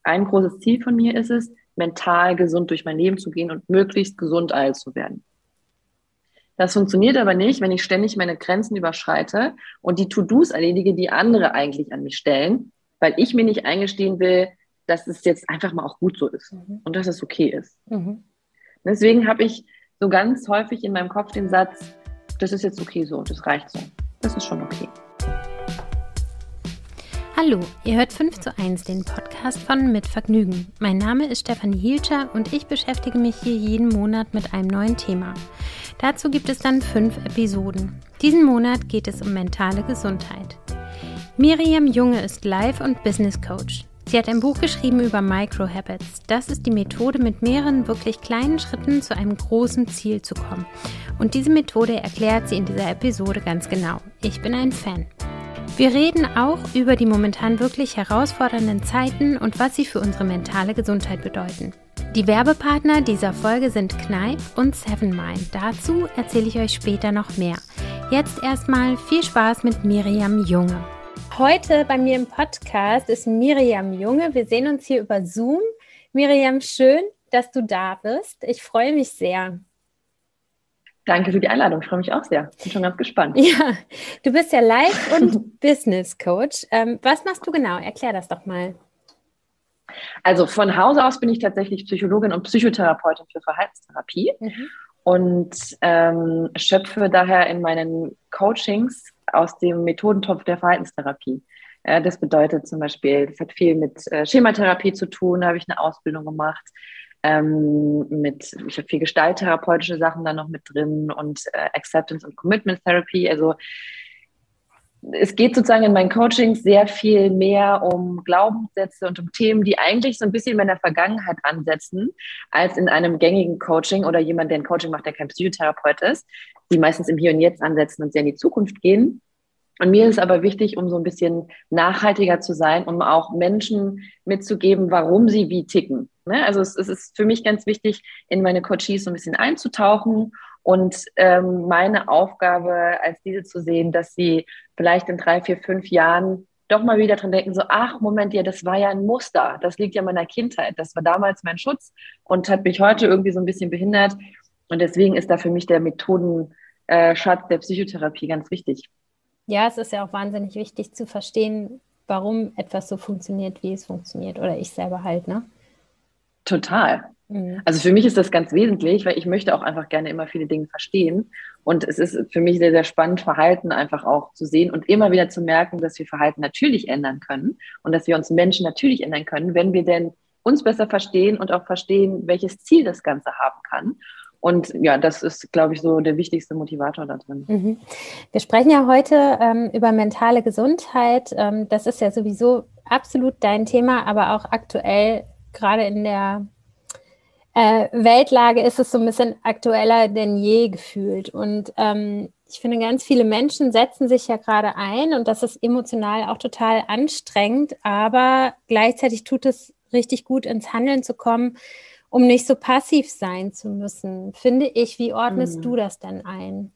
ein großes Ziel von mir ist es, mental gesund durch mein Leben zu gehen und möglichst gesund alt zu werden. Das funktioniert aber nicht, wenn ich ständig meine Grenzen überschreite und die To-Dos erledige, die andere eigentlich an mich stellen, weil ich mir nicht eingestehen will, dass es jetzt einfach mal auch gut so ist und dass es okay ist. Deswegen habe ich so ganz häufig in meinem Kopf den Satz, das ist jetzt okay so, das reicht so, das ist schon okay. Hallo, ihr hört 5:1, den Podcast von Mit Vergnügen. Mein Name ist Stefanie Hielscher und ich beschäftige mich hier jeden Monat mit einem neuen Thema. Dazu gibt es dann 5 Episoden. Diesen Monat geht es um mentale Gesundheit. Miriam Junge ist Life- und Business Coach. Sie hat ein Buch geschrieben über Microhabits. Das ist die Methode, mit mehreren wirklich kleinen Schritten zu einem großen Ziel zu kommen. Und diese Methode erklärt sie in dieser Episode ganz genau. Ich bin ein Fan. Wir reden auch über die momentan wirklich herausfordernden Zeiten und was sie für unsere mentale Gesundheit bedeuten. Die Werbepartner dieser Folge sind Kneipp und 7Mind. Dazu erzähle ich euch später noch mehr. Jetzt erstmal viel Spaß mit Miriam Junge. Heute bei mir im Podcast ist Miriam Junge. Wir sehen uns hier über Zoom. Miriam, schön, dass du da bist. Ich freue mich sehr. Danke für die Einladung, ich freue mich auch sehr. Bin schon ganz gespannt. Ja, du bist ja Life- und Business Coach. Was machst du genau? Erklär das doch mal. Also von Hause aus bin ich tatsächlich Psychologin und Psychotherapeutin für Verhaltenstherapie und schöpfe daher in meinen Coachings aus dem Methodentopf der Verhaltenstherapie. Das bedeutet zum Beispiel, das hat viel mit Schematherapie zu tun, da habe ich eine Ausbildung gemacht. Ich habe viel gestalttherapeutische Sachen da noch mit drin und Acceptance und Commitment Therapy. Also es geht sozusagen in meinen Coachings sehr viel mehr um Glaubenssätze und um Themen, die eigentlich so ein bisschen in meiner Vergangenheit ansetzen, als in einem gängigen Coaching oder jemand, der ein Coaching macht, der kein Psychotherapeut ist, die meistens im Hier und Jetzt ansetzen und sehr in die Zukunft gehen. Und mir ist aber wichtig, um so ein bisschen nachhaltiger zu sein, um auch Menschen mitzugeben, warum sie wie ticken. Ne? Also es ist für mich ganz wichtig, in meine Coaches so ein bisschen einzutauchen und meine Aufgabe als diese zu sehen, dass sie vielleicht in 3, 4, 5 Jahren doch mal wieder dran denken, so, ach, Moment, ja, das war ja ein Muster, das liegt ja in meiner Kindheit, das war damals mein Schutz und hat mich heute irgendwie so ein bisschen behindert. Und deswegen ist da für mich der Methodenschatz der Psychotherapie ganz wichtig. Ja, es ist ja auch wahnsinnig wichtig zu verstehen, warum etwas so funktioniert, wie es funktioniert. Oder ich selber halt, ne? Total. Also für mich ist das ganz wesentlich, weil ich möchte auch einfach gerne immer viele Dinge verstehen. Und es ist für mich sehr, sehr spannend, Verhalten einfach auch zu sehen und immer wieder zu merken, dass wir Verhalten natürlich ändern können und dass wir uns Menschen natürlich ändern können, wenn wir denn uns besser verstehen und auch verstehen, welches Ziel das Ganze haben kann. Und ja, das ist, glaube ich, so der wichtigste Motivator da drin. Wir sprechen ja heute über mentale Gesundheit. Das ist ja sowieso absolut dein Thema, aber auch aktuell, gerade in der Weltlage, ist es so ein bisschen aktueller denn je gefühlt. Und ich finde, ganz viele Menschen setzen sich ja gerade ein und das ist emotional auch total anstrengend, aber gleichzeitig tut es richtig gut, ins Handeln zu kommen, um nicht so passiv sein zu müssen, finde ich. Wie ordnest du das denn ein?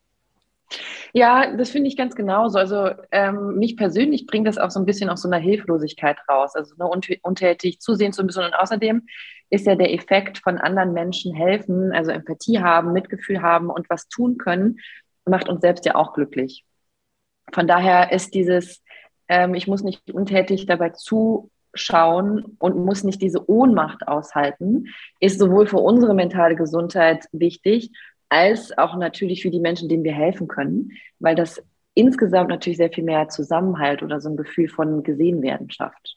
Ja, das finde ich ganz genauso. Also mich persönlich bringt das auch so ein bisschen aus so einer Hilflosigkeit raus, also ne, untätig zusehen zu müssen. Und außerdem ist ja der Effekt von anderen Menschen helfen, also Empathie haben, Mitgefühl haben und was tun können, macht uns selbst ja auch glücklich. Von daher ist dieses, ich muss nicht untätig dabei zuschauen und muss nicht diese Ohnmacht aushalten, ist sowohl für unsere mentale Gesundheit wichtig, als auch natürlich für die Menschen, denen wir helfen können, weil das insgesamt natürlich sehr viel mehr Zusammenhalt oder so ein Gefühl von Gesehenwerden schafft.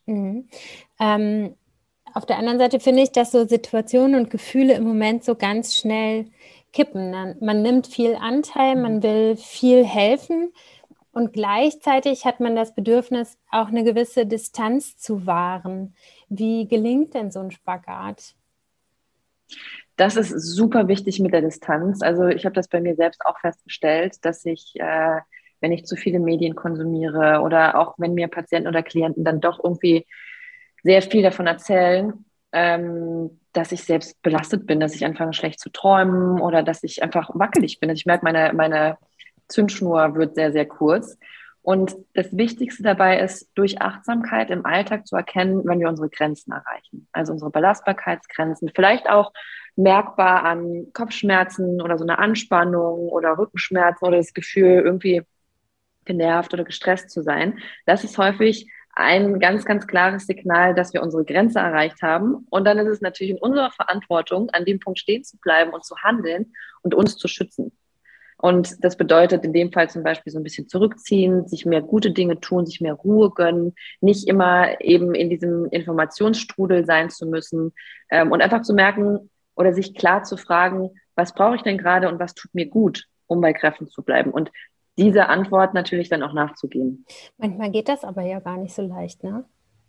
Auf der anderen Seite finde ich, dass so Situationen und Gefühle im Moment so ganz schnell kippen. Man nimmt viel Anteil, man will viel helfen und gleichzeitig hat man das Bedürfnis, auch eine gewisse Distanz zu wahren. Wie gelingt denn so ein Spagat? Das ist super wichtig mit der Distanz. Also ich habe das bei mir selbst auch festgestellt, dass ich, wenn ich zu viele Medien konsumiere oder auch wenn mir Patienten oder Klienten dann doch irgendwie sehr viel davon erzählen, dass ich selbst belastet bin, dass ich anfange schlecht zu träumen oder dass ich einfach wackelig bin. Also ich merke, meine Zündschnur wird sehr, sehr kurz. Und das Wichtigste dabei ist, durch Achtsamkeit im Alltag zu erkennen, wenn wir unsere Grenzen erreichen. Also unsere Belastbarkeitsgrenzen, vielleicht auch merkbar an Kopfschmerzen oder so eine Anspannung oder Rückenschmerzen oder das Gefühl, irgendwie genervt oder gestresst zu sein. Das ist häufig ein ganz, ganz klares Signal, dass wir unsere Grenze erreicht haben. Und dann ist es natürlich in unserer Verantwortung, an dem Punkt stehen zu bleiben und zu handeln und uns zu schützen. Und das bedeutet in dem Fall zum Beispiel so ein bisschen zurückziehen, sich mehr gute Dinge tun, sich mehr Ruhe gönnen, nicht immer eben in diesem Informationsstrudel sein zu müssen und einfach zu merken oder sich klar zu fragen, was brauche ich denn gerade und was tut mir gut, um bei Kräften zu bleiben. Und diese Antwort natürlich dann auch nachzugehen. Manchmal geht das aber ja gar nicht so leicht, ne?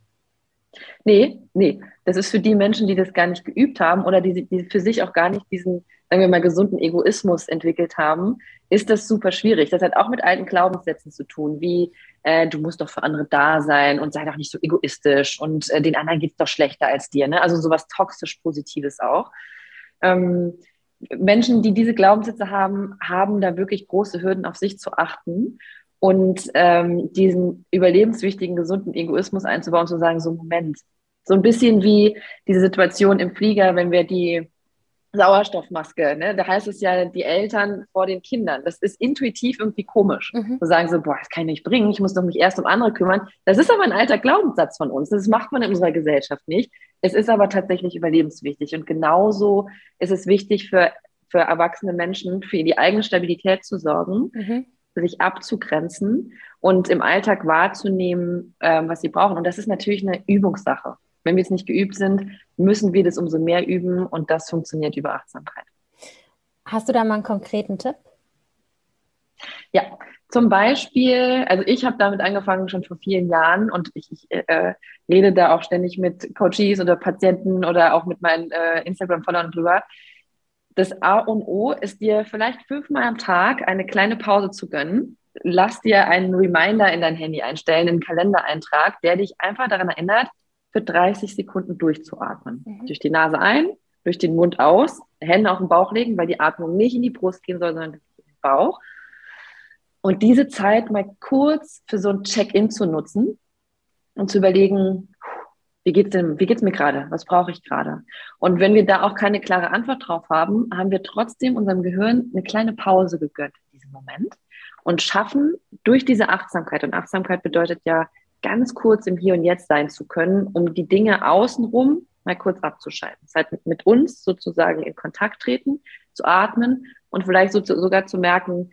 Nee. Das ist für die Menschen, die das gar nicht geübt haben oder die für sich auch gar nicht diesen, sagen wir mal, gesunden Egoismus entwickelt haben, ist das super schwierig. Das hat auch mit alten Glaubenssätzen zu tun, wie du musst doch für andere da sein und sei doch nicht so egoistisch und den anderen geht's doch schlechter als dir. Ne? Also sowas toxisch Positives auch. Menschen, die diese Glaubenssätze haben, haben da wirklich große Hürden, auf sich zu achten und diesen überlebenswichtigen, gesunden Egoismus einzubauen, zu sagen, so Moment, so ein bisschen wie diese Situation im Flieger, wenn wir die Sauerstoffmaske, ne? Da heißt es ja, die Eltern vor den Kindern. Das ist intuitiv irgendwie komisch. So sagen so, boah, das kann ich nicht bringen, ich muss doch mich erst um andere kümmern. Das ist aber ein alter Glaubenssatz von uns. Das macht man in unserer Gesellschaft nicht. Es ist aber tatsächlich überlebenswichtig. Und genauso ist es wichtig für erwachsene Menschen, für die eigene Stabilität zu sorgen, sich abzugrenzen und im Alltag wahrzunehmen, was sie brauchen. Und das ist natürlich eine Übungssache. Wenn wir es nicht geübt sind, müssen wir das umso mehr üben und das funktioniert über Achtsamkeit. Hast du da mal einen konkreten Tipp? Ja, zum Beispiel, also ich habe damit angefangen schon vor vielen Jahren und ich rede da auch ständig mit Coaches oder Patienten oder auch mit meinen Instagram-Followern drüber. Das A und O ist dir vielleicht 5-mal am Tag eine kleine Pause zu gönnen. Lass dir einen Reminder in dein Handy einstellen, einen Kalendereintrag, der dich einfach daran erinnert, für 30 Sekunden durchzuatmen. Durch die Nase ein, durch den Mund aus, Hände auf den Bauch legen, weil die Atmung nicht in die Brust gehen soll, sondern in den Bauch. Und diese Zeit mal kurz für so ein Check-in zu nutzen und zu überlegen, wie geht's mir gerade? Was brauche ich gerade? Und wenn wir da auch keine klare Antwort drauf haben, haben wir trotzdem unserem Gehirn eine kleine Pause gegönnt in diesem Moment und schaffen durch diese Achtsamkeit, und Achtsamkeit bedeutet ja, ganz kurz im Hier und Jetzt sein zu können, um die Dinge außenrum mal kurz abzuschalten. Das heißt, mit uns sozusagen in Kontakt treten, zu atmen und vielleicht sogar zu merken,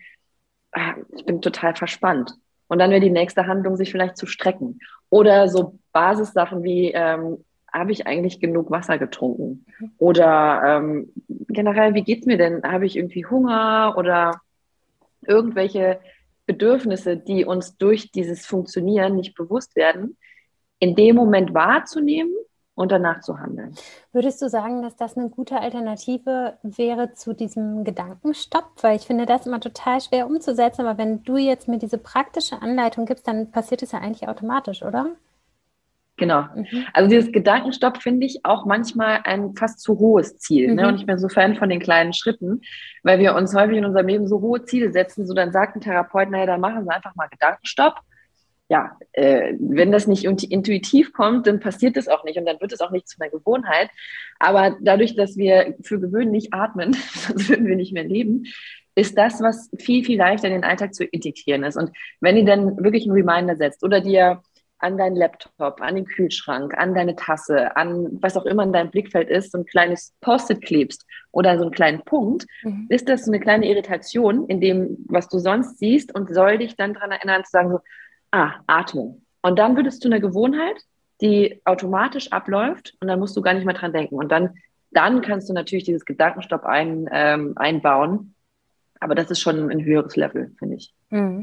ich bin total verspannt. Und dann wäre die nächste Handlung, sich vielleicht zu strecken. Oder so Basissachen wie, habe ich eigentlich genug Wasser getrunken? Oder generell, wie geht's mir denn? Habe ich irgendwie Hunger oder irgendwelche Bedürfnisse, die uns durch dieses Funktionieren nicht bewusst werden, in dem Moment wahrzunehmen und danach zu handeln. Würdest du sagen, dass das eine gute Alternative wäre zu diesem Gedankenstopp? Weil ich finde das immer total schwer umzusetzen, aber wenn du jetzt mir diese praktische Anleitung gibst, dann passiert es ja eigentlich automatisch, oder? Genau. Also dieses Gedankenstopp finde ich auch manchmal ein fast zu hohes Ziel. Ne? Und ich bin so Fan von den kleinen Schritten, weil wir uns häufig in unserem Leben so hohe Ziele setzen. So dann sagt ein Therapeut, naja, dann machen Sie einfach mal Gedankenstopp. Ja, wenn das nicht intuitiv kommt, dann passiert das auch nicht und dann wird es auch nicht zu einer Gewohnheit. Aber dadurch, dass wir für gewöhnlich atmen, sonst würden wir nicht mehr leben, ist das, was viel, viel leichter in den Alltag zu integrieren ist. Und wenn ihr dann wirklich einen Reminder setzt oder dir an deinen Laptop, an den Kühlschrank, an deine Tasse, an was auch immer in deinem Blickfeld ist, so ein kleines Post-it klebst oder so einen kleinen Punkt, ist das so eine kleine Irritation in dem, was du sonst siehst und soll dich dann daran erinnern zu sagen so, Atmung. Und dann wird es zu einer Gewohnheit, die automatisch abläuft und dann musst du gar nicht mehr dran denken. Und dann kannst du natürlich dieses Gedankenstopp einbauen. Aber das ist schon ein höheres Level, finde ich.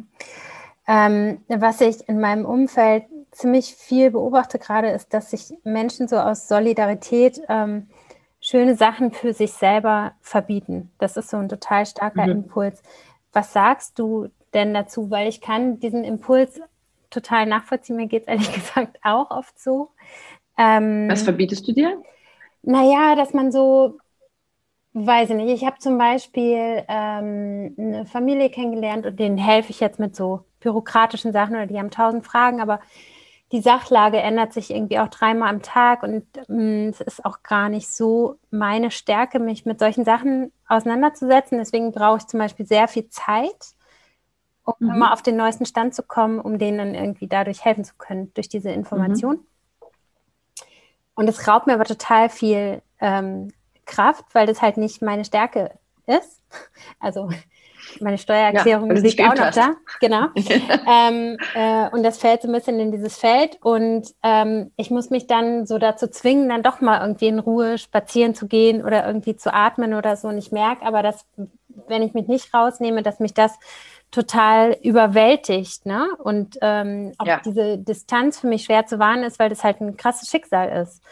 Was ich in meinem Umfeld ziemlich viel beobachte gerade, ist, dass sich Menschen so aus Solidarität schöne Sachen für sich selber verbieten. Das ist so ein total starker Impuls. Was sagst du denn dazu? Weil ich kann diesen Impuls total nachvollziehen. Mir geht es ehrlich gesagt auch oft so. Was verbietest du dir? Naja, dass man so Weiß ich nicht. Ich habe zum Beispiel eine Familie kennengelernt und denen helfe ich jetzt mit so bürokratischen Sachen oder die haben 1000 Fragen, aber die Sachlage ändert sich irgendwie auch 3-mal am Tag und es ist auch gar nicht so meine Stärke, mich mit solchen Sachen auseinanderzusetzen. Deswegen brauche ich zum Beispiel sehr viel Zeit, um immer auf den neuesten Stand zu kommen, um denen dann irgendwie dadurch helfen zu können, durch diese Information. Und es raubt mir aber total viel Kraft, weil das halt nicht meine Stärke ist. Also meine Steuererklärung liegt auch noch da. Genau. Und das fällt so ein bisschen in dieses Feld. Und ich muss mich dann so dazu zwingen, dann doch mal irgendwie in Ruhe spazieren zu gehen oder irgendwie zu atmen oder so. Und ich merke aber, dass, wenn ich mich nicht rausnehme, dass mich das total überwältigt, ne? Und auch diese Distanz für mich schwer zu wahren ist, weil das halt ein krasses Schicksal ist.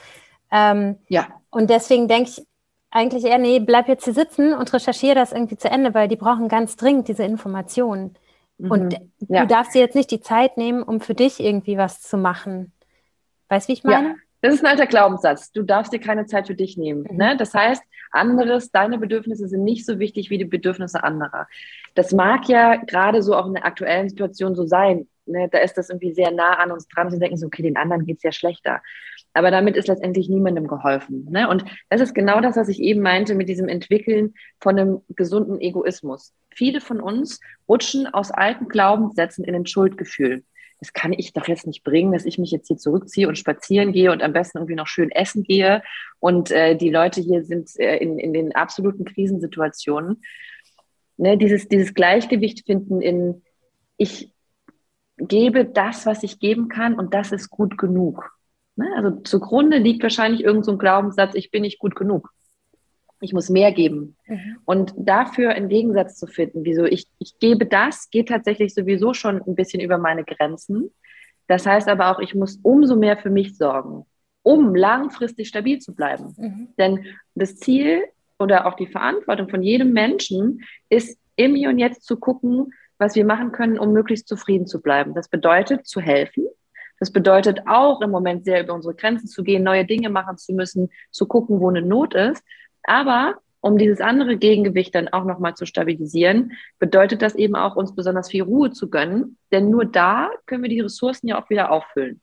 Und deswegen denke ich eigentlich eher, nee, bleib jetzt hier sitzen und recherchiere das irgendwie zu Ende, weil die brauchen ganz dringend diese Informationen. Und du darfst dir jetzt nicht die Zeit nehmen, um für dich irgendwie was zu machen. Weißt du, wie ich meine? Ja, das ist ein alter Glaubenssatz. Du darfst dir keine Zeit für dich nehmen. Ne? Das heißt, deine Bedürfnisse sind nicht so wichtig wie die Bedürfnisse anderer. Das mag ja gerade so auch in der aktuellen Situation so sein. Ne? Da ist das irgendwie sehr nah an uns dran. Sie denken so, okay, den anderen geht es ja schlechter. Aber damit ist letztendlich niemandem geholfen. Ne? Und das ist genau das, was ich eben meinte mit diesem Entwickeln von einem gesunden Egoismus. Viele von uns rutschen aus alten Glaubenssätzen in ein Schuldgefühl. Das kann ich doch jetzt nicht bringen, dass ich mich jetzt hier zurückziehe und spazieren gehe und am besten irgendwie noch schön essen gehe. Und die Leute hier sind in den absoluten Krisensituationen. Ne? Dieses Gleichgewicht finden in, ich gebe das, was ich geben kann und das ist gut genug. Ne? Also zugrunde liegt wahrscheinlich irgend so ein Glaubenssatz, ich bin nicht gut genug. Ich muss mehr geben. Und dafür einen Gegensatz zu finden, wieso ich gebe das, geht tatsächlich sowieso schon ein bisschen über meine Grenzen. Das heißt aber auch, ich muss umso mehr für mich sorgen, um langfristig stabil zu bleiben. Denn das Ziel oder auch die Verantwortung von jedem Menschen ist, im Hier und Jetzt zu gucken, was wir machen können, um möglichst zufrieden zu bleiben. Das bedeutet, zu helfen. Das bedeutet auch im Moment sehr über unsere Grenzen zu gehen, neue Dinge machen zu müssen, zu gucken, wo eine Not ist. Aber um dieses andere Gegengewicht dann auch nochmal zu stabilisieren, bedeutet das eben auch, uns besonders viel Ruhe zu gönnen, denn nur da können wir die Ressourcen ja auch wieder auffüllen.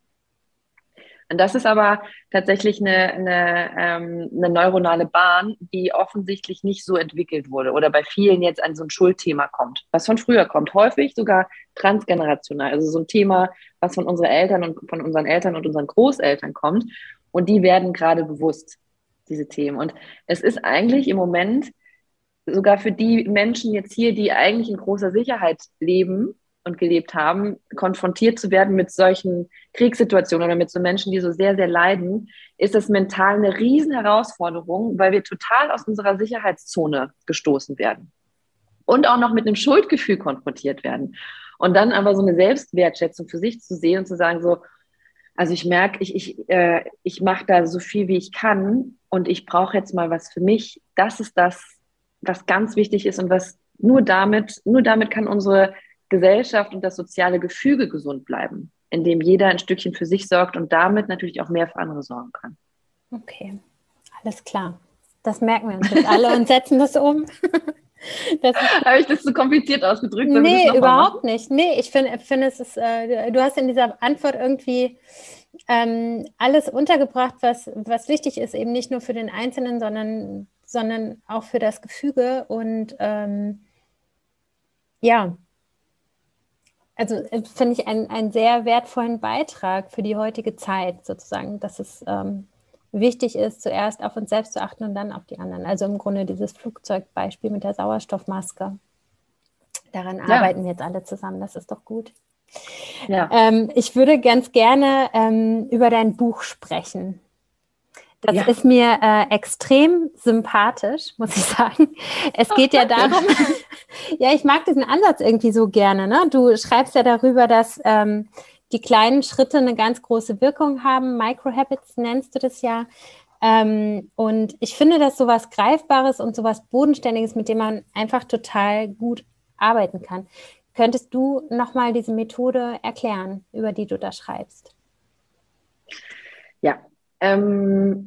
Und das ist aber tatsächlich eine neuronale Bahn, die offensichtlich nicht so entwickelt wurde oder bei vielen jetzt an so ein Schuldthema kommt, was von früher kommt, häufig sogar transgenerational, also so ein Thema, was von unseren Eltern und unseren Großeltern kommt und die werden gerade bewusst, diese Themen. Und es ist eigentlich im Moment sogar für die Menschen jetzt hier, die eigentlich in großer Sicherheit leben und gelebt haben, konfrontiert zu werden mit solchen Kriegssituationen oder mit so Menschen, die so sehr, sehr leiden, ist das mental eine riesen Herausforderung, weil wir total aus unserer Sicherheitszone gestoßen werden und auch noch mit einem Schuldgefühl konfrontiert werden. Und dann aber so eine Selbstwertschätzung für sich zu sehen und zu sagen so, also ich merke, ich mache da so viel, wie ich kann und ich brauche jetzt mal was für mich. Das ist das, was ganz wichtig ist und was nur damit kann unsere Gesellschaft und das soziale Gefüge gesund bleiben, indem jeder ein Stückchen für sich sorgt und damit natürlich auch mehr für andere sorgen kann. Okay, alles klar. Das merken wir uns jetzt alle und setzen das um. Habe ich das zu kompliziert ausgedrückt? Nee, überhaupt nicht. Nee, ich finde, es ist, du hast in dieser Antwort irgendwie alles untergebracht, was wichtig ist, eben nicht nur für den Einzelnen, sondern auch für das Gefüge. Und ja, also finde ich einen sehr wertvollen Beitrag für die heutige Zeit sozusagen, dass es wichtig ist, zuerst auf uns selbst zu achten und dann auf die anderen. Also im Grunde dieses Flugzeugbeispiel mit der Sauerstoffmaske. Daran arbeiten wir jetzt alle zusammen, das ist doch gut. Ja. Ich würde ganz gerne über dein Buch sprechen. Das ist mir extrem sympathisch, muss ich sagen. Es geht ja darum, ja, ich mag diesen Ansatz irgendwie so gerne. Ne? Du schreibst ja darüber, dass die kleinen Schritte eine ganz große Wirkung haben. Microhabits nennst du das ja. Und ich finde das so was Greifbares und so was Bodenständiges, mit dem man einfach total gut arbeiten kann. Könntest du nochmal diese Methode erklären, über die du da schreibst? Ja,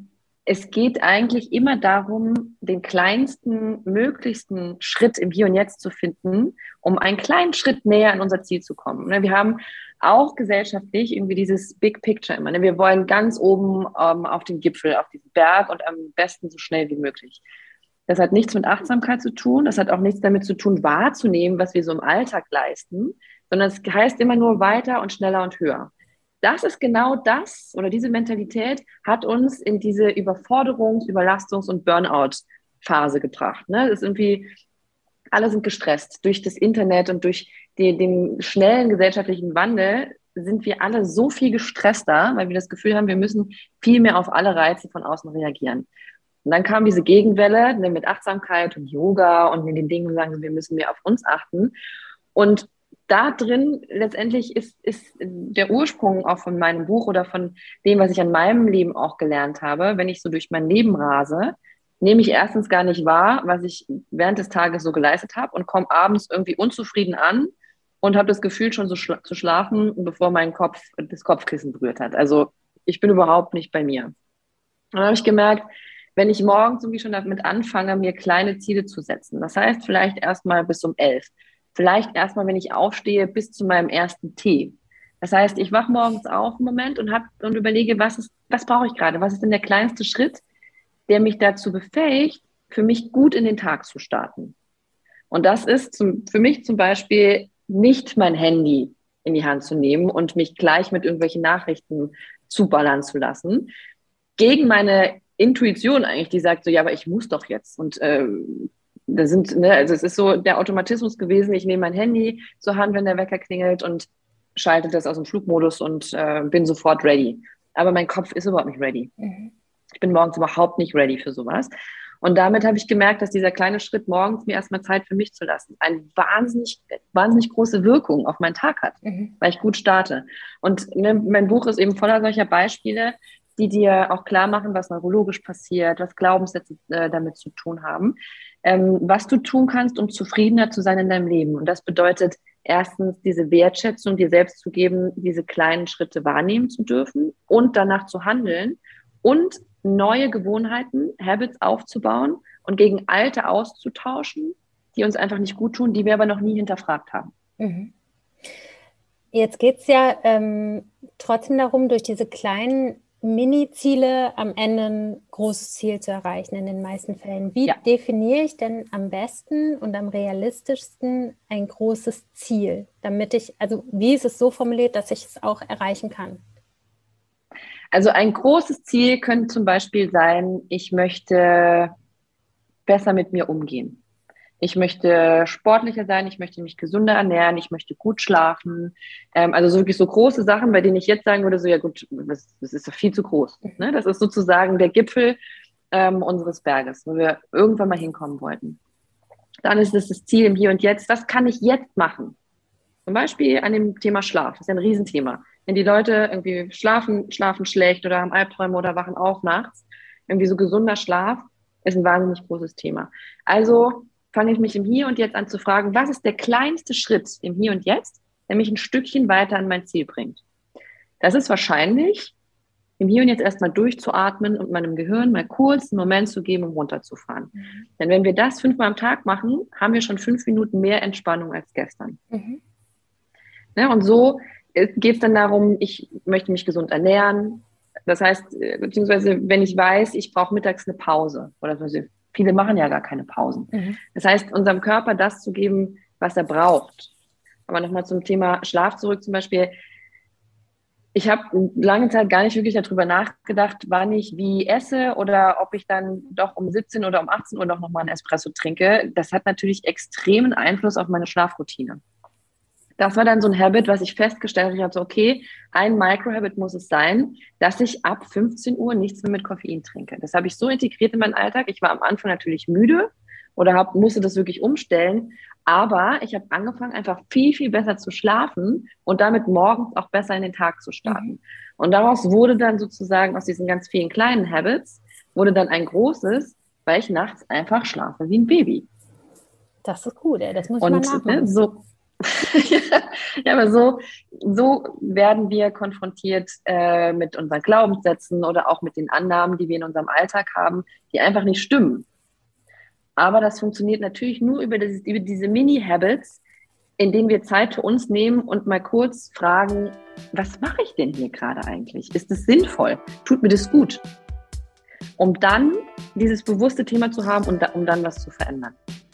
es geht eigentlich immer darum, den kleinsten, möglichsten Schritt im Hier und Jetzt zu finden, um einen kleinen Schritt näher an unser Ziel zu kommen. Wir haben auch gesellschaftlich irgendwie dieses Big Picture immer. Wir wollen ganz oben auf den Gipfel, auf diesen Berg und am besten so schnell wie möglich. Das hat nichts mit Achtsamkeit zu tun. Das hat auch nichts damit zu tun, wahrzunehmen, was wir so im Alltag leisten, sondern es heißt immer nur weiter und schneller und höher. Das ist genau das, oder diese Mentalität hat uns in diese Überforderungs-, Überlastungs- und Burnout-Phase gebracht. Das ist irgendwie, alle sind gestresst. Durch das Internet und durch den schnellen gesellschaftlichen Wandel sind wir alle so viel gestresster, weil wir das Gefühl haben, wir müssen viel mehr auf alle Reize von außen reagieren. Und dann kam diese Gegenwelle mit Achtsamkeit und Yoga und mit den Dingen, wo wir sagen, wir müssen mehr auf uns achten. Und da drin letztendlich ist der Ursprung auch von meinem Buch oder von dem, was ich an meinem Leben auch gelernt habe. Wenn ich so durch mein Leben rase, nehme ich erstens gar nicht wahr, was ich während des Tages so geleistet habe und komme abends irgendwie unzufrieden an und habe das Gefühl, schon so zu schlafen, bevor mein Kopf das Kopfkissen berührt hat. Also ich bin überhaupt nicht bei mir. Und dann habe ich gemerkt, wenn ich morgens irgendwie schon damit anfange, mir kleine Ziele zu setzen, das heißt vielleicht erstmal bis um 11, vielleicht erstmal, wenn ich aufstehe, bis zu meinem ersten Tee. Das heißt, ich wache morgens auf einen Moment und überlege, was brauche ich gerade? Was ist denn der kleinste Schritt, der mich dazu befähigt, für mich gut in den Tag zu starten? Und das ist für mich zum Beispiel nicht mein Handy in die Hand zu nehmen und mich gleich mit irgendwelchen Nachrichten zuballern zu lassen. Gegen meine Intuition eigentlich, die sagt so, ja, aber ich muss doch jetzt. Und also es ist so der Automatismus gewesen, ich nehme mein Handy zur Hand, wenn der Wecker klingelt und schalte das aus dem Flugmodus und bin sofort ready. Aber mein Kopf ist überhaupt nicht ready. Mhm. Ich bin morgens überhaupt nicht ready für sowas. Und damit habe ich gemerkt, dass dieser kleine Schritt morgens mir erstmal Zeit für mich zu lassen, eine wahnsinnig, wahnsinnig große Wirkung auf meinen Tag hat, weil ich gut starte. Und mein Buch ist eben voller solcher Beispiele, die dir auch klar machen, was neurologisch passiert, was Glaubenssätze damit zu tun haben, was du tun kannst, um zufriedener zu sein in deinem Leben. Und das bedeutet erstens, diese Wertschätzung dir selbst zu geben, diese kleinen Schritte wahrnehmen zu dürfen und danach zu handeln und neue Gewohnheiten, Habits aufzubauen und gegen alte auszutauschen, die uns einfach nicht gut tun, die wir aber noch nie hinterfragt haben. Mhm. Jetzt geht es ja trotzdem darum, durch diese kleinen Mini-Ziele am Ende ein großes Ziel zu erreichen in den meisten Fällen. Wie definiere ich denn am besten und am realistischsten ein großes Ziel, wie ist es so formuliert, dass ich es auch erreichen kann? Also ein großes Ziel könnte zum Beispiel sein, ich möchte besser mit mir umgehen. Ich möchte sportlicher sein, ich möchte mich gesünder ernähren, ich möchte gut schlafen. Also wirklich so große Sachen, bei denen ich jetzt sagen würde, so ja gut, das ist doch viel zu groß. Ne? Das ist sozusagen der Gipfel unseres Berges, wo wir irgendwann mal hinkommen wollten. Dann ist es das Ziel im Hier und Jetzt. Was kann ich jetzt machen? Zum Beispiel an dem Thema Schlaf. Das ist ja ein Riesenthema. Wenn die Leute irgendwie schlafen schlecht oder haben Albträume oder wachen auf nachts, irgendwie so gesunder Schlaf ist ein wahnsinnig großes Thema. Also fange ich mich im Hier und Jetzt an zu fragen, was ist der kleinste Schritt im Hier und Jetzt, der mich ein Stückchen weiter an mein Ziel bringt. Das ist wahrscheinlich, im Hier und Jetzt erstmal durchzuatmen und meinem Gehirn mal kurz einen Moment zu geben, um runterzufahren. Mhm. Denn wenn wir das 5-mal am Tag machen, haben wir schon 5 Minuten mehr Entspannung als gestern. Mhm. Ja, und so geht es dann darum, ich möchte mich gesund ernähren. Das heißt, beziehungsweise wenn ich weiß, ich brauche mittags eine Pause oder so, viele machen ja gar keine Pausen. Mhm. Das heißt, unserem Körper das zu geben, was er braucht. Aber nochmal zum Thema Schlaf zurück zum Beispiel. Ich habe lange Zeit gar nicht wirklich darüber nachgedacht, wann ich wie esse oder ob ich dann doch um 17 oder um 18 Uhr noch mal einen Espresso trinke. Das hat natürlich extremen Einfluss auf meine Schlafroutine. Das war dann so ein Habit, was ich festgestellt habe. Ich habe so, okay, ein Micro-Habit muss es sein, dass ich ab 15 Uhr nichts mehr mit Koffein trinke. Das habe ich so integriert in meinen Alltag. Ich war am Anfang natürlich müde oder musste das wirklich umstellen. Aber ich habe angefangen, einfach viel, viel besser zu schlafen und damit morgens auch besser in den Tag zu starten. Mhm. Und daraus wurde dann sozusagen aus diesen ganz vielen kleinen Habits, wurde dann ein großes, weil ich nachts einfach schlafe wie ein Baby. Das ist gut, ey. Das muss man nachmachen. Ja, aber so werden wir konfrontiert mit unseren Glaubenssätzen oder auch mit den Annahmen, die wir in unserem Alltag haben, die einfach nicht stimmen. Aber das funktioniert natürlich nur über diese Mini-Habits, in denen wir Zeit für uns nehmen und mal kurz fragen, was mache ich denn hier gerade eigentlich? Ist es sinnvoll? Tut mir das gut? Um dann dieses bewusste Thema zu haben und um dann was zu verändern.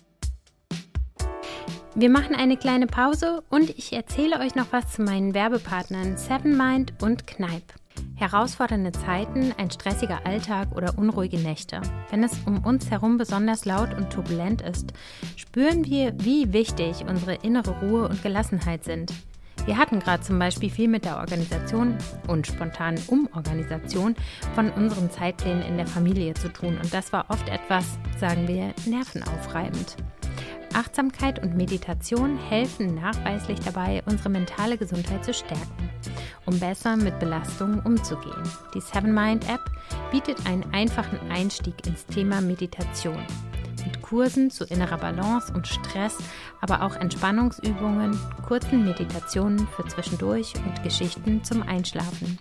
Wir machen eine kleine Pause und ich erzähle euch noch was zu meinen Werbepartnern Seven Mind und Kneipp. Herausfordernde Zeiten, ein stressiger Alltag oder unruhige Nächte. Wenn es um uns herum besonders laut und turbulent ist, spüren wir, wie wichtig unsere innere Ruhe und Gelassenheit sind. Wir hatten gerade zum Beispiel viel mit der Organisation und spontanen Umorganisation von unseren Zeitplänen in der Familie zu tun und das war oft etwas, sagen wir, nervenaufreibend. Achtsamkeit und Meditation helfen nachweislich dabei, unsere mentale Gesundheit zu stärken, um besser mit Belastungen umzugehen. Die Seven Mind App bietet einen einfachen Einstieg ins Thema Meditation mit Kursen zu innerer Balance und Stress, aber auch Entspannungsübungen, kurzen Meditationen für zwischendurch und Geschichten zum Einschlafen.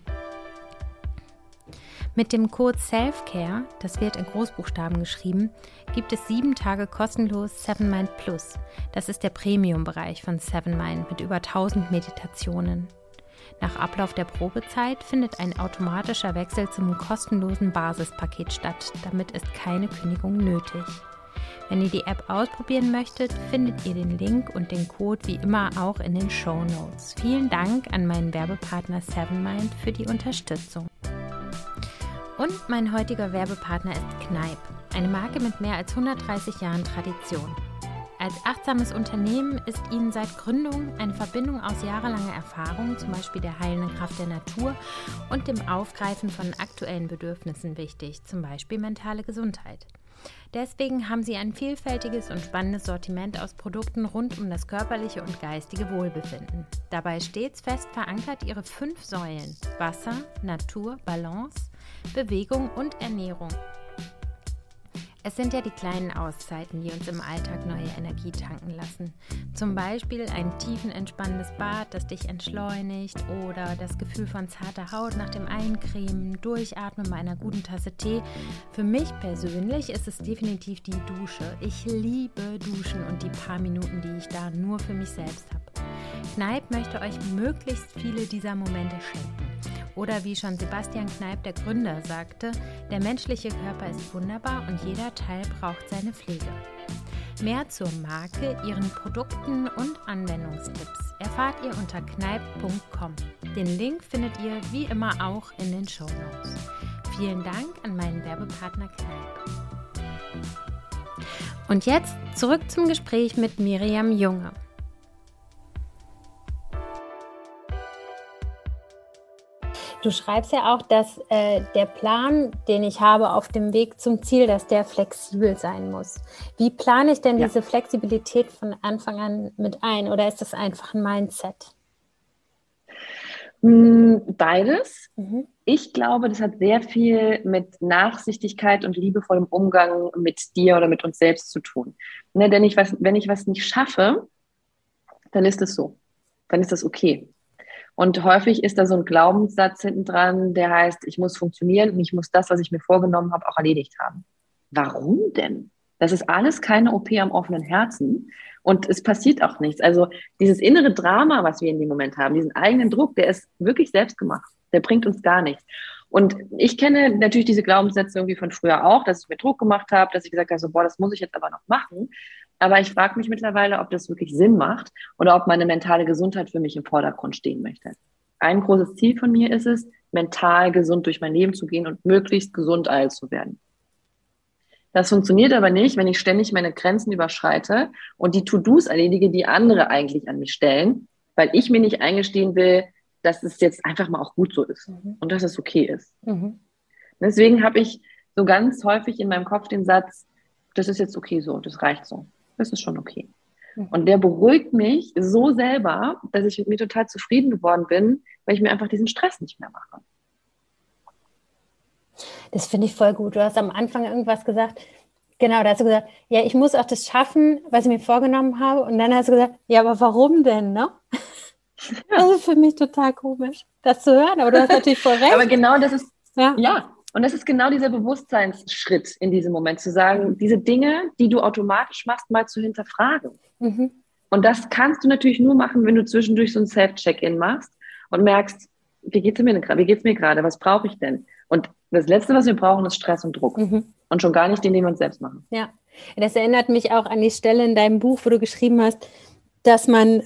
Mit dem Code SELFCARE, das wird in Großbuchstaben geschrieben, gibt es 7 Tage kostenlos Seven Mind Plus. Das ist der Premium-Bereich von Seven Mind mit über 1000 Meditationen. Nach Ablauf der Probezeit findet ein automatischer Wechsel zum kostenlosen Basispaket statt. Damit ist keine Kündigung nötig. Wenn ihr die App ausprobieren möchtet, findet ihr den Link und den Code wie immer auch in den Shownotes. Vielen Dank an meinen Werbepartner Seven Mind für die Unterstützung. Und mein heutiger Werbepartner ist Kneipp, eine Marke mit mehr als 130 Jahren Tradition. Als achtsames Unternehmen ist ihnen seit Gründung eine Verbindung aus jahrelanger Erfahrung, zum Beispiel der heilenden Kraft der Natur und dem Aufgreifen von aktuellen Bedürfnissen wichtig, zum Beispiel mentale Gesundheit. Deswegen haben sie ein vielfältiges und spannendes Sortiment aus Produkten rund um das körperliche und geistige Wohlbefinden. Dabei stets fest verankert ihre 5 Säulen: Wasser, Natur, Balance, Bewegung und Ernährung. Es sind ja die kleinen Auszeiten, die uns im Alltag neue Energie tanken lassen. Zum Beispiel ein tiefenentspannendes Bad, das dich entschleunigt, oder das Gefühl von zarter Haut nach dem Eincremen, Durchatmen bei einer guten Tasse Tee. Für mich persönlich ist es definitiv die Dusche. Ich liebe Duschen und die paar Minuten, die ich da nur für mich selbst habe. Kneipp möchte euch möglichst viele dieser Momente schenken. Oder wie schon Sebastian Kneipp, der Gründer, sagte, der menschliche Körper ist wunderbar und jeder Teil braucht seine Pflege. Mehr zur Marke, ihren Produkten und Anwendungstipps erfahrt ihr unter kneipp.com. Den Link findet ihr wie immer auch in den Shownotes. Vielen Dank an meinen Werbepartner Kneipp. Und jetzt zurück zum Gespräch mit Miriam Junge. Du schreibst ja auch, dass der Plan, den ich habe auf dem Weg zum Ziel, dass der flexibel sein muss. Wie plane ich denn diese Flexibilität von Anfang an mit ein? Oder ist das einfach ein Mindset? Beides. Ich glaube, das hat sehr viel mit Nachsichtigkeit und liebevollem Umgang mit dir oder mit uns selbst zu tun. Ne, denn wenn ich was nicht schaffe, dann ist es so. Dann ist das okay. Und häufig ist da so ein Glaubenssatz hinten dran, der heißt, ich muss funktionieren und ich muss das, was ich mir vorgenommen habe, auch erledigt haben. Warum denn? Das ist alles keine OP am offenen Herzen und es passiert auch nichts. Also dieses innere Drama, was wir in dem Moment haben, diesen eigenen Druck, der ist wirklich selbst gemacht. Der bringt uns gar nichts. Und ich kenne natürlich diese Glaubenssätze irgendwie von früher auch, dass ich mir Druck gemacht habe, dass ich gesagt habe, so, boah, das muss ich jetzt aber noch machen. Aber ich frage mich mittlerweile, ob das wirklich Sinn macht oder ob meine mentale Gesundheit für mich im Vordergrund stehen möchte. Ein großes Ziel von mir ist es, mental gesund durch mein Leben zu gehen und möglichst gesund alt zu werden. Das funktioniert aber nicht, wenn ich ständig meine Grenzen überschreite und die To-Dos erledige, die andere eigentlich an mich stellen, weil ich mir nicht eingestehen will, dass es jetzt einfach mal auch gut so ist und dass es okay ist. Deswegen habe ich so ganz häufig in meinem Kopf den Satz, das ist jetzt okay so, das reicht so. Das ist schon okay. Und der beruhigt mich so selber, dass ich mit mir total zufrieden geworden bin, weil ich mir einfach diesen Stress nicht mehr mache. Das finde ich voll gut. Du hast am Anfang irgendwas gesagt, Genau, da hast du gesagt, ja, ich muss auch das schaffen, was ich mir vorgenommen habe. Und dann hast du gesagt, ja, aber warum denn, ne? Ja. Das ist für mich total komisch, das zu hören. Aber du hast natürlich voll Aber recht. genau das ist, Ja. ja, und das ist genau dieser Bewusstseinsschritt in diesem Moment, zu sagen, diese Dinge, die du automatisch machst, mal zu hinterfragen. Mhm. Und das kannst du natürlich nur machen, wenn du zwischendurch so ein Self-Check-In machst und merkst, wie geht's mir gerade, was brauche ich denn? Und das Letzte, was wir brauchen, ist Stress und Druck. Mhm. Und schon gar nicht den, den wir uns selbst machen. Ja, das erinnert mich auch an die Stelle in deinem Buch, wo du geschrieben hast, dass man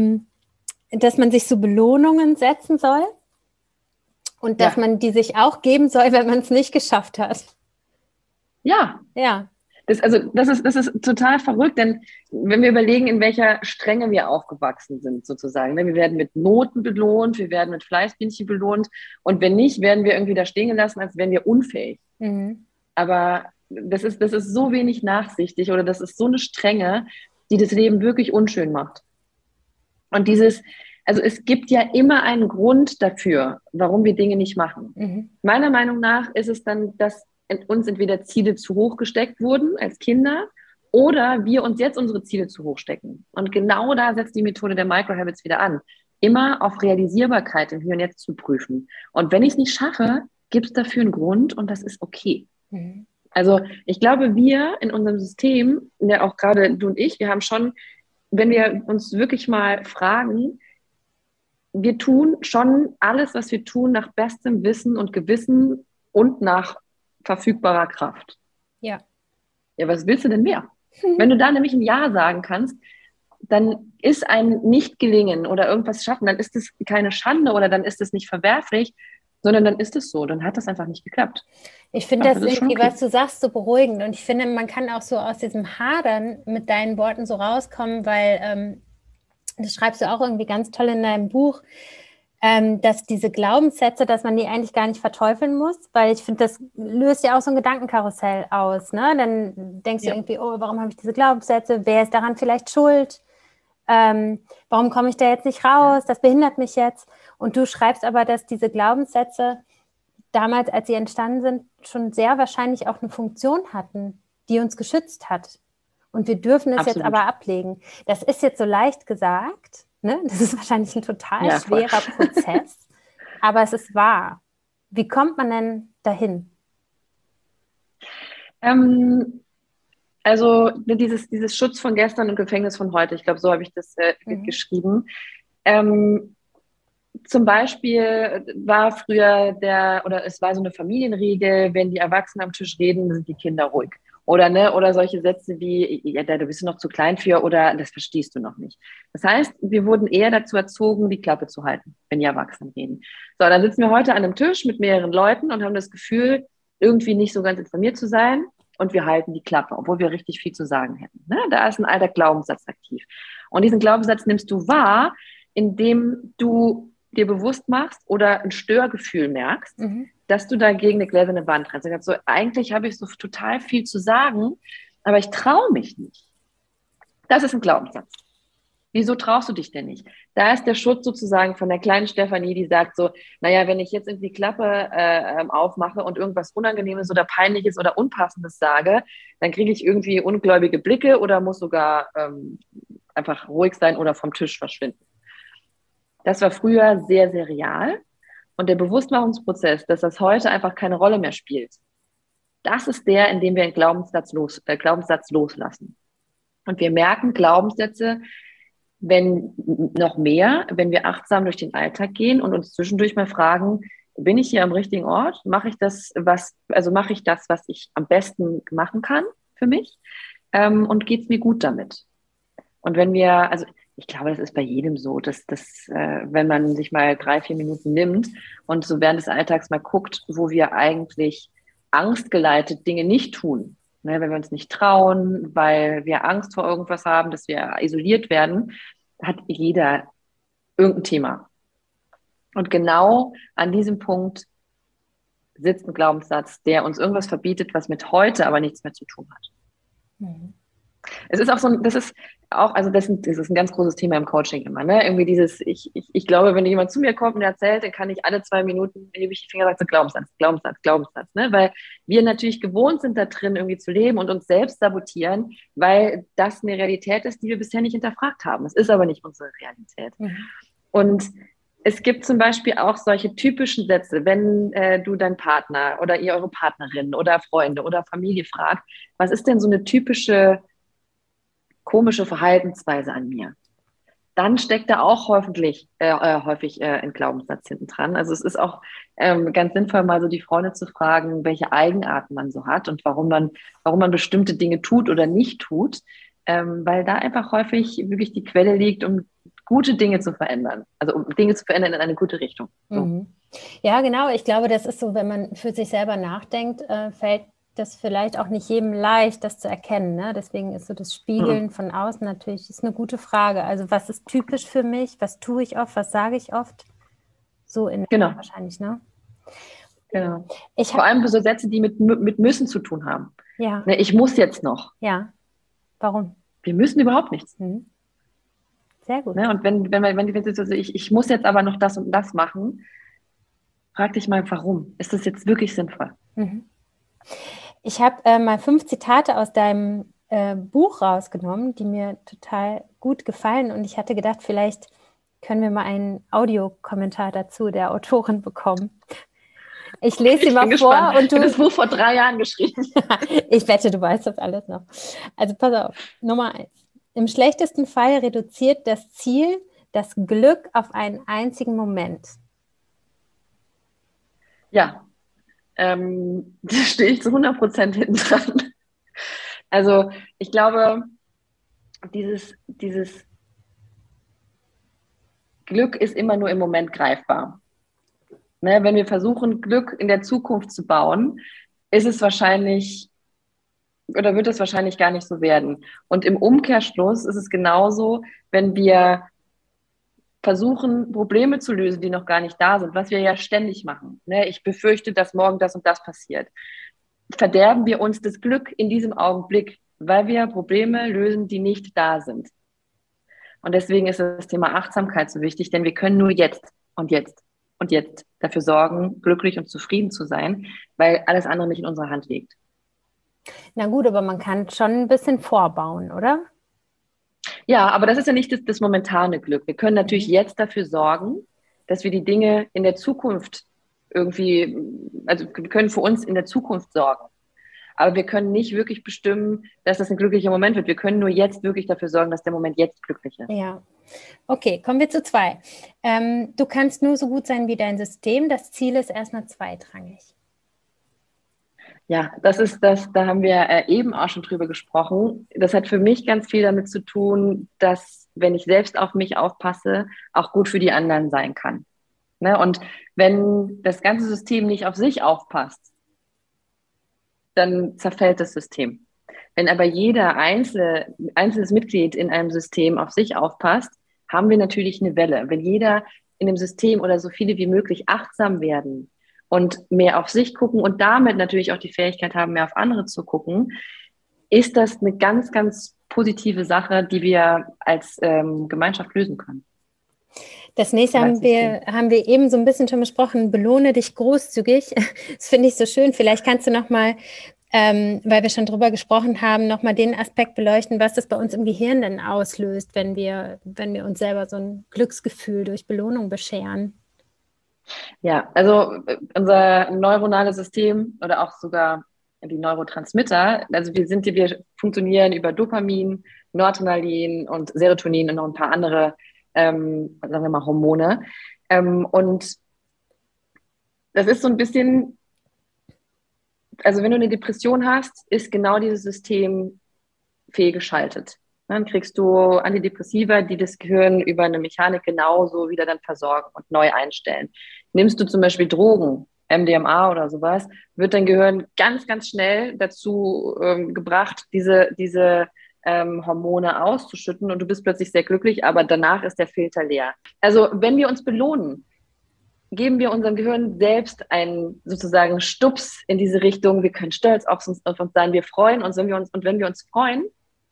sich so Belohnungen setzen soll und dass man die sich auch geben soll, wenn man es nicht geschafft hat. Ja. Ja. Das ist total verrückt, denn wenn wir überlegen, in welcher Strenge wir aufgewachsen sind, sozusagen. Wir werden mit Noten belohnt, wir werden mit Fleißbienchen belohnt und wenn nicht, werden wir irgendwie da stehen gelassen, als wären wir unfähig. Mhm. Aber das ist so wenig nachsichtig oder das ist so eine Strenge, die das Leben wirklich unschön macht. Und also es gibt ja immer einen Grund dafür, warum wir Dinge nicht machen. Mhm. Meiner Meinung nach ist es dann, dass uns entweder Ziele zu hoch gesteckt wurden als Kinder oder wir uns jetzt unsere Ziele zu hoch stecken. Und genau da setzt die Methode der Microhabits wieder an. Immer auf Realisierbarkeit im Hier und Jetzt zu prüfen. Und wenn ich es nicht schaffe, gibt es dafür einen Grund und das ist okay. Mhm. Also ich glaube, wir in unserem System, ja auch gerade du und ich, wir haben schon, wenn wir uns wirklich mal fragen, wir tun schon alles, was wir tun, nach bestem Wissen und Gewissen und nach verfügbarer Kraft. Ja. Ja, was willst du denn mehr? Wenn du da nämlich ein Ja sagen kannst, dann ist ein Nicht-Gelingen oder irgendwas schaffen, dann ist es keine Schande oder dann ist es nicht verwerflich, sondern dann ist es so, dann hat das einfach nicht geklappt. Ich finde das irgendwie, okay. was du sagst, so beruhigend. Und ich finde, man kann auch so aus diesem Hadern mit deinen Worten so rauskommen, weil das schreibst du auch irgendwie ganz toll in deinem Buch, dass diese Glaubenssätze, dass man die eigentlich gar nicht verteufeln muss, weil ich finde, das löst ja auch so ein Gedankenkarussell aus. Ne? Dann denkst du irgendwie, oh, warum habe ich diese Glaubenssätze? Wer ist daran vielleicht schuld? Warum komme ich da jetzt nicht raus? Das behindert mich jetzt. Und du schreibst aber, dass diese Glaubenssätze damals, als sie entstanden sind, schon sehr wahrscheinlich auch eine Funktion hatten, die uns geschützt hat. Und wir dürfen es jetzt aber ablegen. Das ist jetzt so leicht gesagt, ne? Das ist wahrscheinlich ein total schwerer Prozess, aber es ist wahr. Wie kommt man denn dahin? Also dieses Schutz von gestern und Gefängnis von heute, ich glaube, so habe ich das geschrieben. Zum Beispiel war früher es war so eine Familienregel, wenn die Erwachsenen am Tisch reden, sind die Kinder ruhig. Oder solche Sätze wie, ja, du bist noch zu klein für oder das verstehst du noch nicht. Das heißt, wir wurden eher dazu erzogen, die Klappe zu halten, wenn die Erwachsenen reden. So, dann sitzen wir heute an einem Tisch mit mehreren Leuten und haben das Gefühl, irgendwie nicht so ganz informiert zu sein und wir halten die Klappe, obwohl wir richtig viel zu sagen hätten. Ne? Da ist ein alter Glaubenssatz aktiv. Und diesen Glaubenssatz nimmst du wahr, indem du dir bewusst machst oder ein Störgefühl merkst, dass du dagegen eine gläserne Wand rennst. Und so, eigentlich habe ich so total viel zu sagen, aber ich traue mich nicht. Das ist ein Glaubenssatz. Wieso traust du dich denn nicht? Da ist der Schutz sozusagen von der kleinen Stefanie, die sagt so, naja, wenn ich jetzt irgendwie die Klappe aufmache und irgendwas Unangenehmes oder Peinliches oder Unpassendes sage, dann kriege ich irgendwie ungläubige Blicke oder muss sogar einfach ruhig sein oder vom Tisch verschwinden. Das war früher sehr, sehr real. Und der Bewusstmachungsprozess, dass das heute einfach keine Rolle mehr spielt, das ist der, in dem wir einen Glaubenssatz loslassen. Und wir merken Glaubenssätze, wenn wir achtsam durch den Alltag gehen und uns zwischendurch mal fragen, bin ich hier am richtigen Ort? Mache ich das, was ich am besten machen kann für mich? Und geht es mir gut damit? Und ich glaube, das ist bei jedem so, dass wenn man sich mal 3-4 Minuten nimmt und so während des Alltags mal guckt, wo wir eigentlich angstgeleitet Dinge nicht tun, ne, wenn wir uns nicht trauen, weil wir Angst vor irgendwas haben, dass wir isoliert werden, hat jeder irgendein Thema. Und genau an diesem Punkt sitzt ein Glaubenssatz, der uns irgendwas verbietet, was mit heute aber nichts mehr zu tun hat. Mhm. Es ist auch so, das ist auch, also das ist ein ganz großes Thema im Coaching immer, ne? Irgendwie dieses, ich glaube, wenn jemand zu mir kommt und erzählt, dann kann ich alle 2 Minuten, hebe ich die Finger und sage, so Glaubenssatz, Glaubenssatz, Glaubenssatz, ne? Weil wir natürlich gewohnt sind, da drin irgendwie zu leben und uns selbst sabotieren, weil das eine Realität ist, die wir bisher nicht hinterfragt haben. Es ist aber nicht unsere Realität. Mhm. Und es gibt zum Beispiel auch solche typischen Sätze, wenn du deinen Partner oder ihr eure Partnerin oder Freunde oder Familie fragt, was ist denn so eine typische komische Verhaltensweise an mir? Dann steckt da auch häufig ein Glaubenssatz hinten dran. Also es ist auch ganz sinnvoll, mal so die Freunde zu fragen, welche Eigenarten man so hat und warum man bestimmte Dinge tut oder nicht tut, weil da einfach häufig wirklich die Quelle liegt, um gute Dinge zu verändern. Also um Dinge zu verändern in eine gute Richtung. So. Mhm. Ja, genau. Ich glaube, das ist so, wenn man für sich selber nachdenkt, fällt das vielleicht auch nicht jedem leicht, das zu erkennen. Ne? Deswegen ist so das Spiegeln von außen natürlich ist eine gute Frage. Also was ist typisch für mich? Was tue ich oft? Was sage ich oft? So in Genau. wahrscheinlich, ne? Genau. Vor allem so Sätze, die mit müssen zu tun haben. Ja. Ne, ich muss jetzt noch. Ja. Warum? Wir müssen überhaupt nichts. Mhm. Sehr gut. Ne? Und ich muss jetzt aber noch das und das machen, frag dich mal, warum? Ist das jetzt wirklich sinnvoll? Mhm. Ich habe mal 5 Zitate aus deinem Buch rausgenommen, die mir total gut gefallen. Und ich hatte gedacht, vielleicht können wir mal einen Audiokommentar dazu der Autorin bekommen. Ich lese sie mal vor. Und du hast das Buch vor 3 Jahren geschrieben. Ich wette, du weißt das alles noch. Also pass auf, Nummer 1. Im schlechtesten Fall reduziert das Ziel das Glück auf einen einzigen Moment. Ja, da stehe ich zu 100% hinten dran. Also ich glaube, dieses Glück ist immer nur im Moment greifbar. Ne, wenn wir versuchen, Glück in der Zukunft zu bauen, ist es wahrscheinlich oder wird es wahrscheinlich gar nicht so werden. Und im Umkehrschluss ist es genauso, wenn wir versuchen, Probleme zu lösen, die noch gar nicht da sind, was wir ja ständig machen. Ne? Ich befürchte, dass morgen das und das passiert. Verderben wir uns das Glück in diesem Augenblick, weil wir Probleme lösen, die nicht da sind. Und deswegen ist das Thema Achtsamkeit so wichtig, denn wir können nur jetzt und jetzt und jetzt dafür sorgen, glücklich und zufrieden zu sein, weil alles andere nicht in unserer Hand liegt. Na gut, aber man kann schon ein bisschen vorbauen, oder? Ja, aber das ist ja nicht das momentane Glück. Wir können natürlich jetzt dafür sorgen, dass wir die Dinge in der Zukunft irgendwie, also wir können für uns in der Zukunft sorgen. Aber wir können nicht wirklich bestimmen, dass das ein glücklicher Moment wird. Wir können nur jetzt wirklich dafür sorgen, dass der Moment jetzt glücklich ist. Ja. Okay, kommen wir zu 2. Du kannst nur so gut sein wie dein System. Das Ziel ist erstmal zweitrangig. Ja, das ist das, da haben wir eben auch schon drüber gesprochen. Das hat für mich ganz viel damit zu tun, dass, wenn ich selbst auf mich aufpasse, auch gut für die anderen sein kann. Ne? Und wenn das ganze System nicht auf sich aufpasst, dann zerfällt das System. Wenn aber jeder einzelnes Mitglied in einem System auf sich aufpasst, haben wir natürlich eine Welle. Wenn jeder in dem System oder so viele wie möglich achtsam werden und mehr auf sich gucken und damit natürlich auch die Fähigkeit haben, mehr auf andere zu gucken, ist das eine ganz, ganz positive Sache, die wir als Gemeinschaft lösen können. Das nächste haben wir eben so ein bisschen schon besprochen, belohne dich großzügig. Das finde ich so schön. Vielleicht kannst du nochmal, weil wir schon drüber gesprochen haben, nochmal den Aspekt beleuchten, was das bei uns im Gehirn denn auslöst, wenn wir uns selber so ein Glücksgefühl durch Belohnung bescheren. Ja, also unser neuronales System oder auch sogar die Neurotransmitter, also wir funktionieren über Dopamin, Noradrenalin und Serotonin und noch ein paar andere, sagen wir mal, Hormone. Und das ist so ein bisschen, also wenn du eine Depression hast, ist genau dieses System fehlgeschaltet. Dann kriegst du Antidepressiva, die das Gehirn über eine Mechanik genauso wieder dann versorgen und neu einstellen. Nimmst du zum Beispiel Drogen, MDMA oder sowas, wird dein Gehirn ganz, ganz schnell dazu gebracht, diese Hormone auszuschütten und du bist plötzlich sehr glücklich, aber danach ist der Filter leer. Also wenn wir uns belohnen, geben wir unserem Gehirn selbst einen sozusagen Stups in diese Richtung. Wir können stolz auf uns sein, wir freuen uns, wenn wir uns freuen,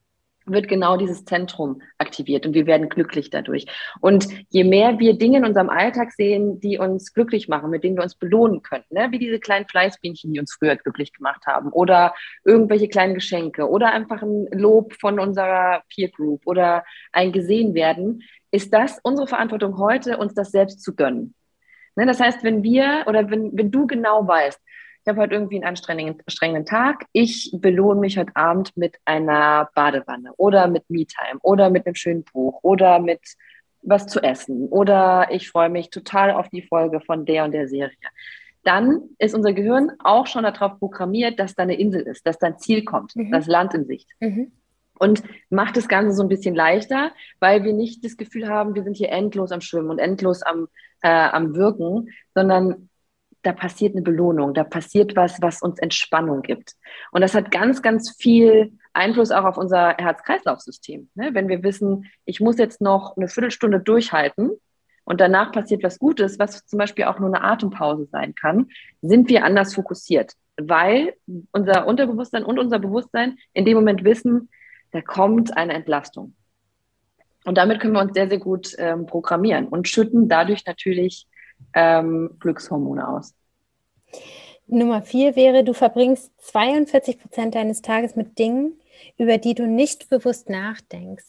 wird genau dieses Zentrum aktiviert und wir werden glücklich dadurch. Und je mehr wir Dinge in unserem Alltag sehen, die uns glücklich machen, mit denen wir uns belohnen können, ne? Wie diese kleinen Fleißbienchen, die uns früher glücklich gemacht haben, oder irgendwelche kleinen Geschenke oder einfach ein Lob von unserer Peer Group oder ein gesehen werden, ist das unsere Verantwortung heute, uns das selbst zu gönnen. Ne? Das heißt, wenn du genau weißt, ich habe heute irgendwie einen anstrengenden Tag. Ich belohne mich heute Abend mit einer Badewanne oder mit Me-Time oder mit einem schönen Buch oder mit was zu essen oder ich freue mich total auf die Folge von der und der Serie. Dann ist unser Gehirn auch schon darauf programmiert, dass da eine Insel ist, dass da ein Ziel kommt, das Land in Sicht. Und macht das Ganze so ein bisschen leichter, weil wir nicht das Gefühl haben, wir sind hier endlos am Schwimmen und endlos am Wirken, sondern da passiert eine Belohnung, da passiert was uns Entspannung gibt. Und das hat ganz, ganz viel Einfluss auch auf unser Herz-Kreislauf-System. Ne? Wenn wir wissen, ich muss jetzt noch eine Viertelstunde durchhalten und danach passiert was Gutes, was zum Beispiel auch nur eine Atempause sein kann, sind wir anders fokussiert, weil unser Unterbewusstsein und unser Bewusstsein in dem Moment wissen, da kommt eine Entlastung. Und damit können wir uns sehr, sehr gut programmieren und schütten dadurch natürlich Glückshormone aus. Nummer 4 wäre, du verbringst 42% deines Tages mit Dingen, über die du nicht bewusst nachdenkst.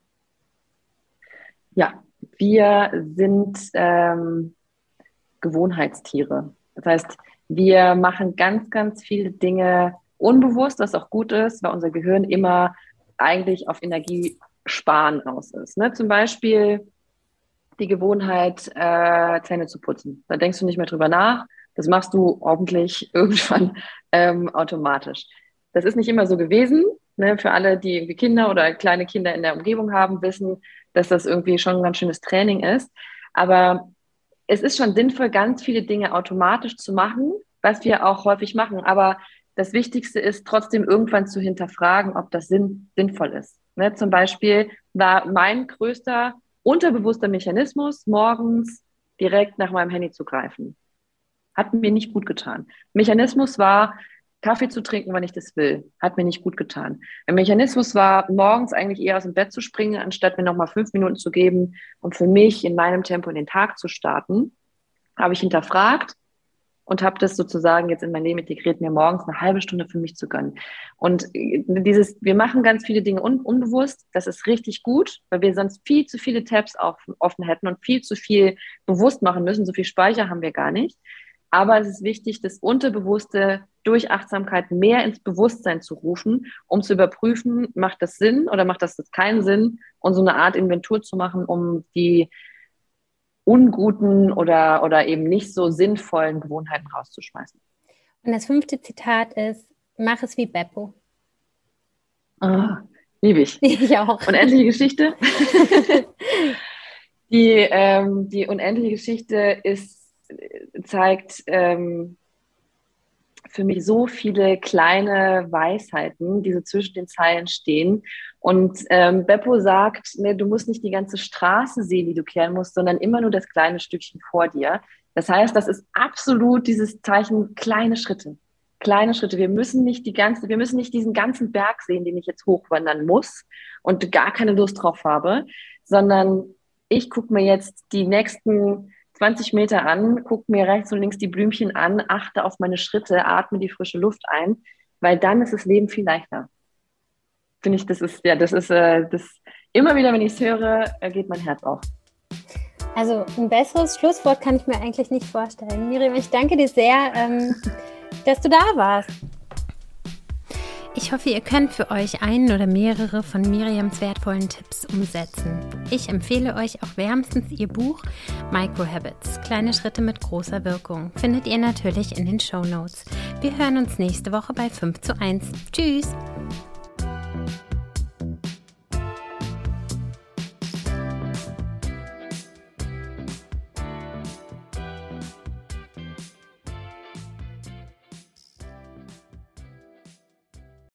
Ja, wir sind Gewohnheitstiere. Das heißt, wir machen ganz, ganz viele Dinge unbewusst, was auch gut ist, weil unser Gehirn immer eigentlich auf Energiesparen aus ist. Ne? Zum Beispiel die Gewohnheit, Zähne zu putzen. Da denkst du nicht mehr drüber nach. Das machst du hoffentlich irgendwann automatisch. Das ist nicht immer so gewesen. Ne? Für alle, die irgendwie Kinder oder kleine Kinder in der Umgebung haben, wissen, dass das irgendwie schon ein ganz schönes Training ist. Aber es ist schon sinnvoll, ganz viele Dinge automatisch zu machen, was wir auch häufig machen. Aber das Wichtigste ist trotzdem irgendwann zu hinterfragen, ob das sinnvoll ist. Ne? Zum Beispiel war mein größter unterbewusster Mechanismus, morgens direkt nach meinem Handy zu greifen. Hat mir nicht gut getan. Mechanismus war, Kaffee zu trinken, wann ich das will. Hat mir nicht gut getan. Ein Mechanismus war, morgens eigentlich eher aus dem Bett zu springen, anstatt mir nochmal 5 Minuten zu geben und für mich in meinem Tempo in den Tag zu starten. Habe ich hinterfragt und habe das sozusagen jetzt in mein Leben integriert, mir morgens eine halbe Stunde für mich zu gönnen. Und wir machen ganz viele Dinge unbewusst, das ist richtig gut, weil wir sonst viel zu viele Tabs offen hätten und viel zu viel bewusst machen müssen, so viel Speicher haben wir gar nicht. Aber es ist wichtig, das Unterbewusste durch Achtsamkeit mehr ins Bewusstsein zu rufen, um zu überprüfen, macht das Sinn oder macht das keinen Sinn, und so eine Art Inventur zu machen, um die unguten oder eben nicht so sinnvollen Gewohnheiten rauszuschmeißen. Und das 5. Zitat ist, mach es wie Beppo. Liebe ich. Ich auch. Unendliche Geschichte. Die unendliche Geschichte zeigt für mich so viele kleine Weisheiten, die so zwischen den Zeilen stehen. Und Beppo sagt, ne, du musst nicht die ganze Straße sehen, die du kehren musst, sondern immer nur das kleine Stückchen vor dir. Das heißt, das ist absolut dieses Zeichen, kleine Schritte. Kleine Schritte. Wir müssen nicht diesen ganzen Berg sehen, den ich jetzt hochwandern muss und gar keine Lust drauf habe, sondern ich gucke mir jetzt die nächsten 20 Meter an, gucke mir rechts und links die Blümchen an, achte auf meine Schritte, atme die frische Luft ein, weil dann ist das Leben viel leichter. Finde ich, das ist immer wieder, wenn ich es höre, geht mein Herz auf. Also ein besseres Schlusswort kann ich mir eigentlich nicht vorstellen. Miriam, ich danke dir sehr, dass du da warst. Ich hoffe, ihr könnt für euch einen oder mehrere von Miriams wertvollen Tipps umsetzen. Ich empfehle euch auch wärmstens ihr Buch Microhabits, kleine Schritte mit großer Wirkung. Findet ihr natürlich in den Shownotes. Wir hören uns nächste Woche bei 5:1. Tschüss!